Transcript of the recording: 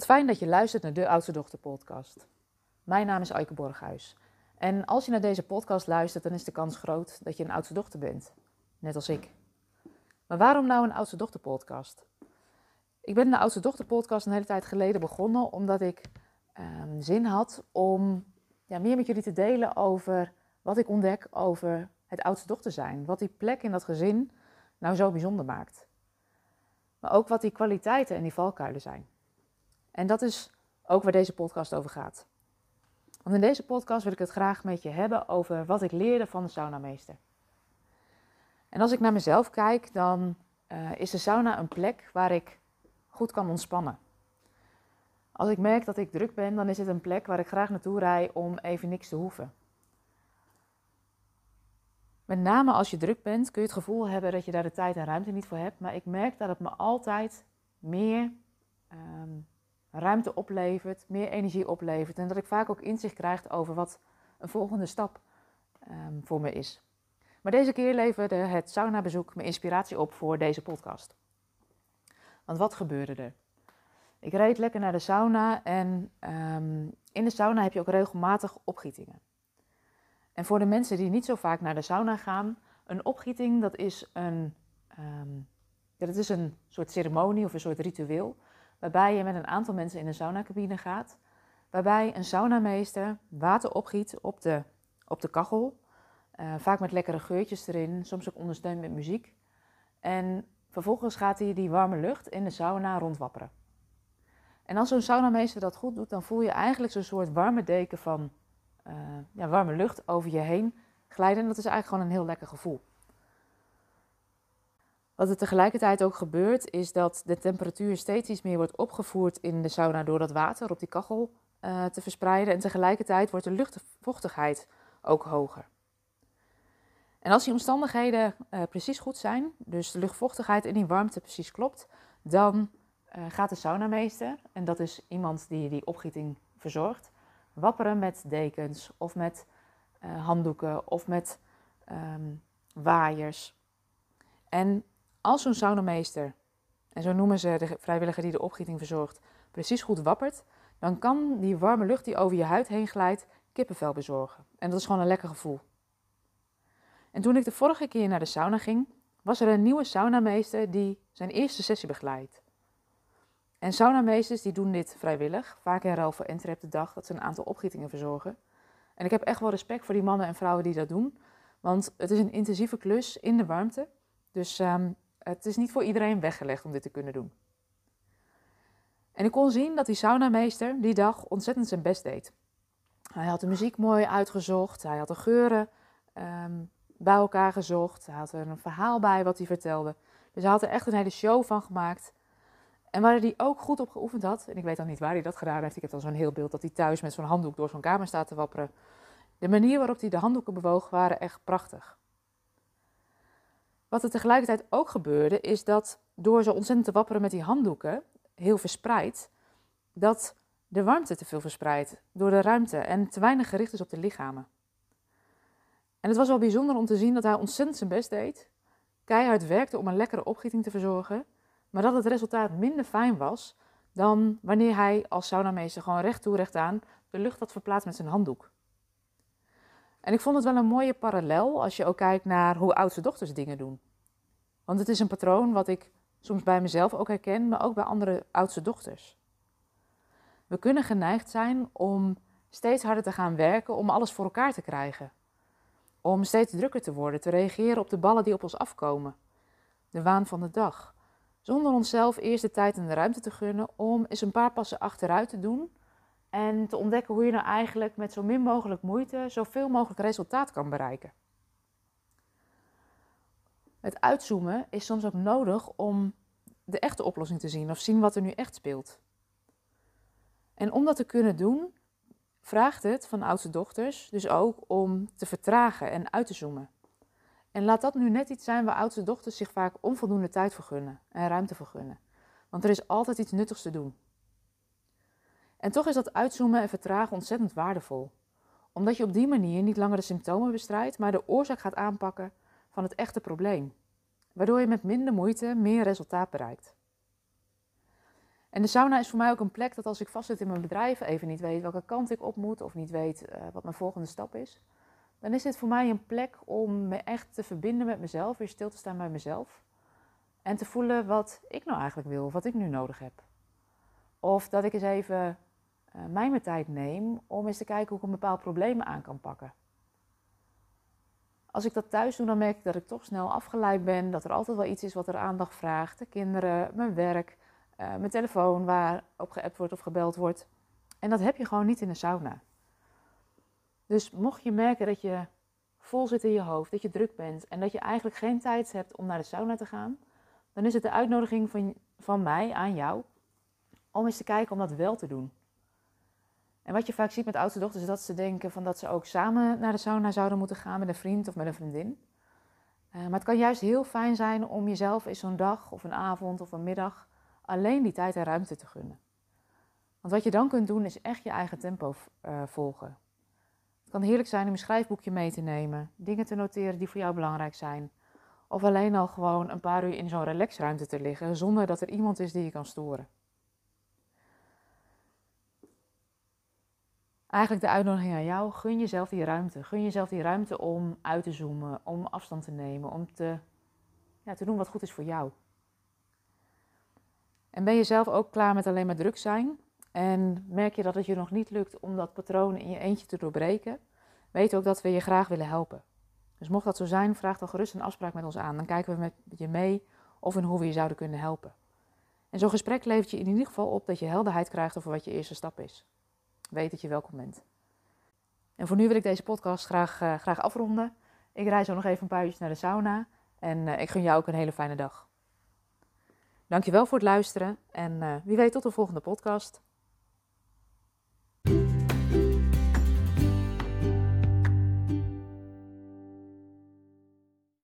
Fijn dat je luistert naar de Oudste Dochter podcast. Mijn naam is Aike Borghuis. En als je naar deze podcast luistert, dan is de kans groot dat je een oudste dochter bent. Net als ik. Maar waarom nou een Oudste Dochter podcast? Ik ben de Oudste Dochter podcast een hele tijd geleden begonnen, omdat ik zin had om meer met jullie te delen over wat ik ontdek over het oudste dochter zijn. Wat die plek in dat gezin nou zo bijzonder maakt. Maar ook wat die kwaliteiten en die valkuilen zijn. En dat is ook waar deze podcast over gaat. Want in deze podcast wil ik het graag met je hebben over wat ik leerde van de saunameester. En als ik naar mezelf kijk, dan is de sauna een plek waar ik goed kan ontspannen. Als ik merk dat ik druk ben, dan is het een plek waar ik graag naartoe rijd om even niks te hoeven. Met name als je druk bent, kun je het gevoel hebben dat je daar de tijd en ruimte niet voor hebt. Maar ik merk dat het me altijd meer ruimte oplevert, meer energie oplevert. En dat ik vaak ook inzicht krijg over wat een volgende stap voor me is. Maar deze keer leverde het saunabezoek me inspiratie op voor deze podcast. Want wat gebeurde er? Ik reed lekker naar de sauna en in de sauna heb je ook regelmatig opgietingen. En voor de mensen die niet zo vaak naar de sauna gaan, een opgieting dat is een soort ceremonie of een soort ritueel, waarbij je met een aantal mensen in een saunacabine gaat, waarbij een saunameester water opgiet op de kachel, vaak met lekkere geurtjes erin, soms ook ondersteund met muziek. En vervolgens gaat hij die warme lucht in de sauna rondwapperen. En als zo'n saunameester dat goed doet, dan voel je eigenlijk zo'n soort warme deken van warme lucht over je heen glijden. En dat is eigenlijk gewoon een heel lekker gevoel. Wat er tegelijkertijd ook gebeurt, is dat de temperatuur steeds iets meer wordt opgevoerd in de sauna door dat water op die kachel te verspreiden. En tegelijkertijd wordt de luchtvochtigheid ook hoger. En als die omstandigheden precies goed zijn, dus de luchtvochtigheid en die warmte precies klopt, dan gaat de saunameester, en dat is iemand die die opgieting verzorgt, wapperen met dekens of met handdoeken of met waaiers. En als zo'n saunameester, en zo noemen ze de vrijwilliger die de opgieting verzorgt, precies goed wappert, dan kan die warme lucht die over je huid heen glijdt kippenvel bezorgen. En dat is gewoon een lekker gevoel. En toen ik de vorige keer naar de sauna ging, was er een nieuwe saunameester die zijn eerste sessie begeleidt. En saunameesters die doen dit vrijwillig, vaak in ruil voor entree op de dag, dat ze een aantal opgietingen verzorgen. En ik heb echt wel respect voor die mannen en vrouwen die dat doen, want het is een intensieve klus in de warmte. Dus het is niet voor iedereen weggelegd om dit te kunnen doen. En ik kon zien dat die saunameester die dag ontzettend zijn best deed. Hij had de muziek mooi uitgezocht, hij had de geuren bij elkaar gezocht. Hij had er een verhaal bij wat hij vertelde. Dus hij had er echt een hele show van gemaakt. En waar hij ook goed op geoefend had, en ik weet dan niet waar hij dat gedaan heeft. Ik heb dan zo'n heel beeld dat hij thuis met zo'n handdoek door zo'n kamer staat te wapperen. De manier waarop hij de handdoeken bewoog waren echt prachtig. Wat er tegelijkertijd ook gebeurde, is dat door zo ontzettend te wapperen met die handdoeken, heel verspreid, dat de warmte te veel verspreidt door de ruimte en te weinig gericht is op de lichamen. En het was wel bijzonder om te zien dat hij ontzettend zijn best deed, keihard werkte om een lekkere opgieting te verzorgen, maar dat het resultaat minder fijn was dan wanneer hij als saunameester gewoon recht toe recht aan de lucht had verplaatst met zijn handdoek. En ik vond het wel een mooie parallel als je ook kijkt naar hoe oudste dochters dingen doen. Want het is een patroon wat ik soms bij mezelf ook herken, maar ook bij andere oudste dochters. We kunnen geneigd zijn om steeds harder te gaan werken om alles voor elkaar te krijgen. Om steeds drukker te worden, te reageren op de ballen die op ons afkomen. De waan van de dag. Zonder onszelf eerst de tijd en de ruimte te gunnen om eens een paar passen achteruit te doen. En te ontdekken hoe je nou eigenlijk met zo min mogelijk moeite zoveel mogelijk resultaat kan bereiken. Het uitzoomen is soms ook nodig om de echte oplossing te zien of zien wat er nu echt speelt. En om dat te kunnen doen, vraagt het van oudste dochters dus ook om te vertragen en uit te zoomen. En laat dat nu net iets zijn waar oudste dochters zich vaak onvoldoende tijd voor gunnen en ruimte voor gunnen. Want er is altijd iets nuttigs te doen. En toch is dat uitzoomen en vertragen ontzettend waardevol. Omdat je op die manier niet langer de symptomen bestrijdt, maar de oorzaak gaat aanpakken van het echte probleem. Waardoor je met minder moeite meer resultaat bereikt. En de sauna is voor mij ook een plek dat als ik vastzit in mijn bedrijf, even niet weet welke kant ik op moet of niet weet wat mijn volgende stap is, dan is dit voor mij een plek om me echt te verbinden met mezelf, weer stil te staan bij mezelf en te voelen wat ik nou eigenlijk wil of wat ik nu nodig heb. Of dat ik eens even mijn tijd neem om eens te kijken hoe ik een bepaald probleem aan kan pakken. Als ik dat thuis doe, dan merk ik dat ik toch snel afgeleid ben, dat er altijd wel iets is wat er aandacht vraagt. De kinderen, mijn werk, mijn telefoon waar op geappt wordt of gebeld wordt. En dat heb je gewoon niet in de sauna. Dus mocht je merken dat je vol zit in je hoofd, dat je druk bent en dat je eigenlijk geen tijd hebt om naar de sauna te gaan, dan is het de uitnodiging van mij aan jou om eens te kijken om dat wel te doen. En wat je vaak ziet met oudste dochters is dat ze denken van dat ze ook samen naar de sauna zouden moeten gaan met een vriend of met een vriendin. Maar het kan juist heel fijn zijn om jezelf eens zo'n dag of een avond of een middag alleen die tijd en ruimte te gunnen. Want wat je dan kunt doen is echt je eigen tempo volgen. Het kan heerlijk zijn om een schrijfboekje mee te nemen, dingen te noteren die voor jou belangrijk zijn. Of alleen al gewoon een paar uur in zo'n relaxruimte te liggen zonder dat er iemand is die je kan storen. Eigenlijk de uitnodiging aan jou, gun jezelf die ruimte. Gun jezelf die ruimte om uit te zoomen, om afstand te nemen, om te doen wat goed is voor jou. En ben je zelf ook klaar met alleen maar druk zijn? En merk je dat het je nog niet lukt om dat patroon in je eentje te doorbreken? Weet ook dat we je graag willen helpen. Dus mocht dat zo zijn, vraag dan gerust een afspraak met ons aan. Dan kijken we met je mee of en hoe we je zouden kunnen helpen. En zo'n gesprek levert je in ieder geval op dat je helderheid krijgt over wat je eerste stap is. Weet dat je welkom bent. En voor nu wil ik deze podcast graag afronden. Ik rijd zo nog even een paar uurtjes naar de sauna. En ik gun jou ook een hele fijne dag. Dankjewel voor het luisteren. En wie weet tot de volgende podcast.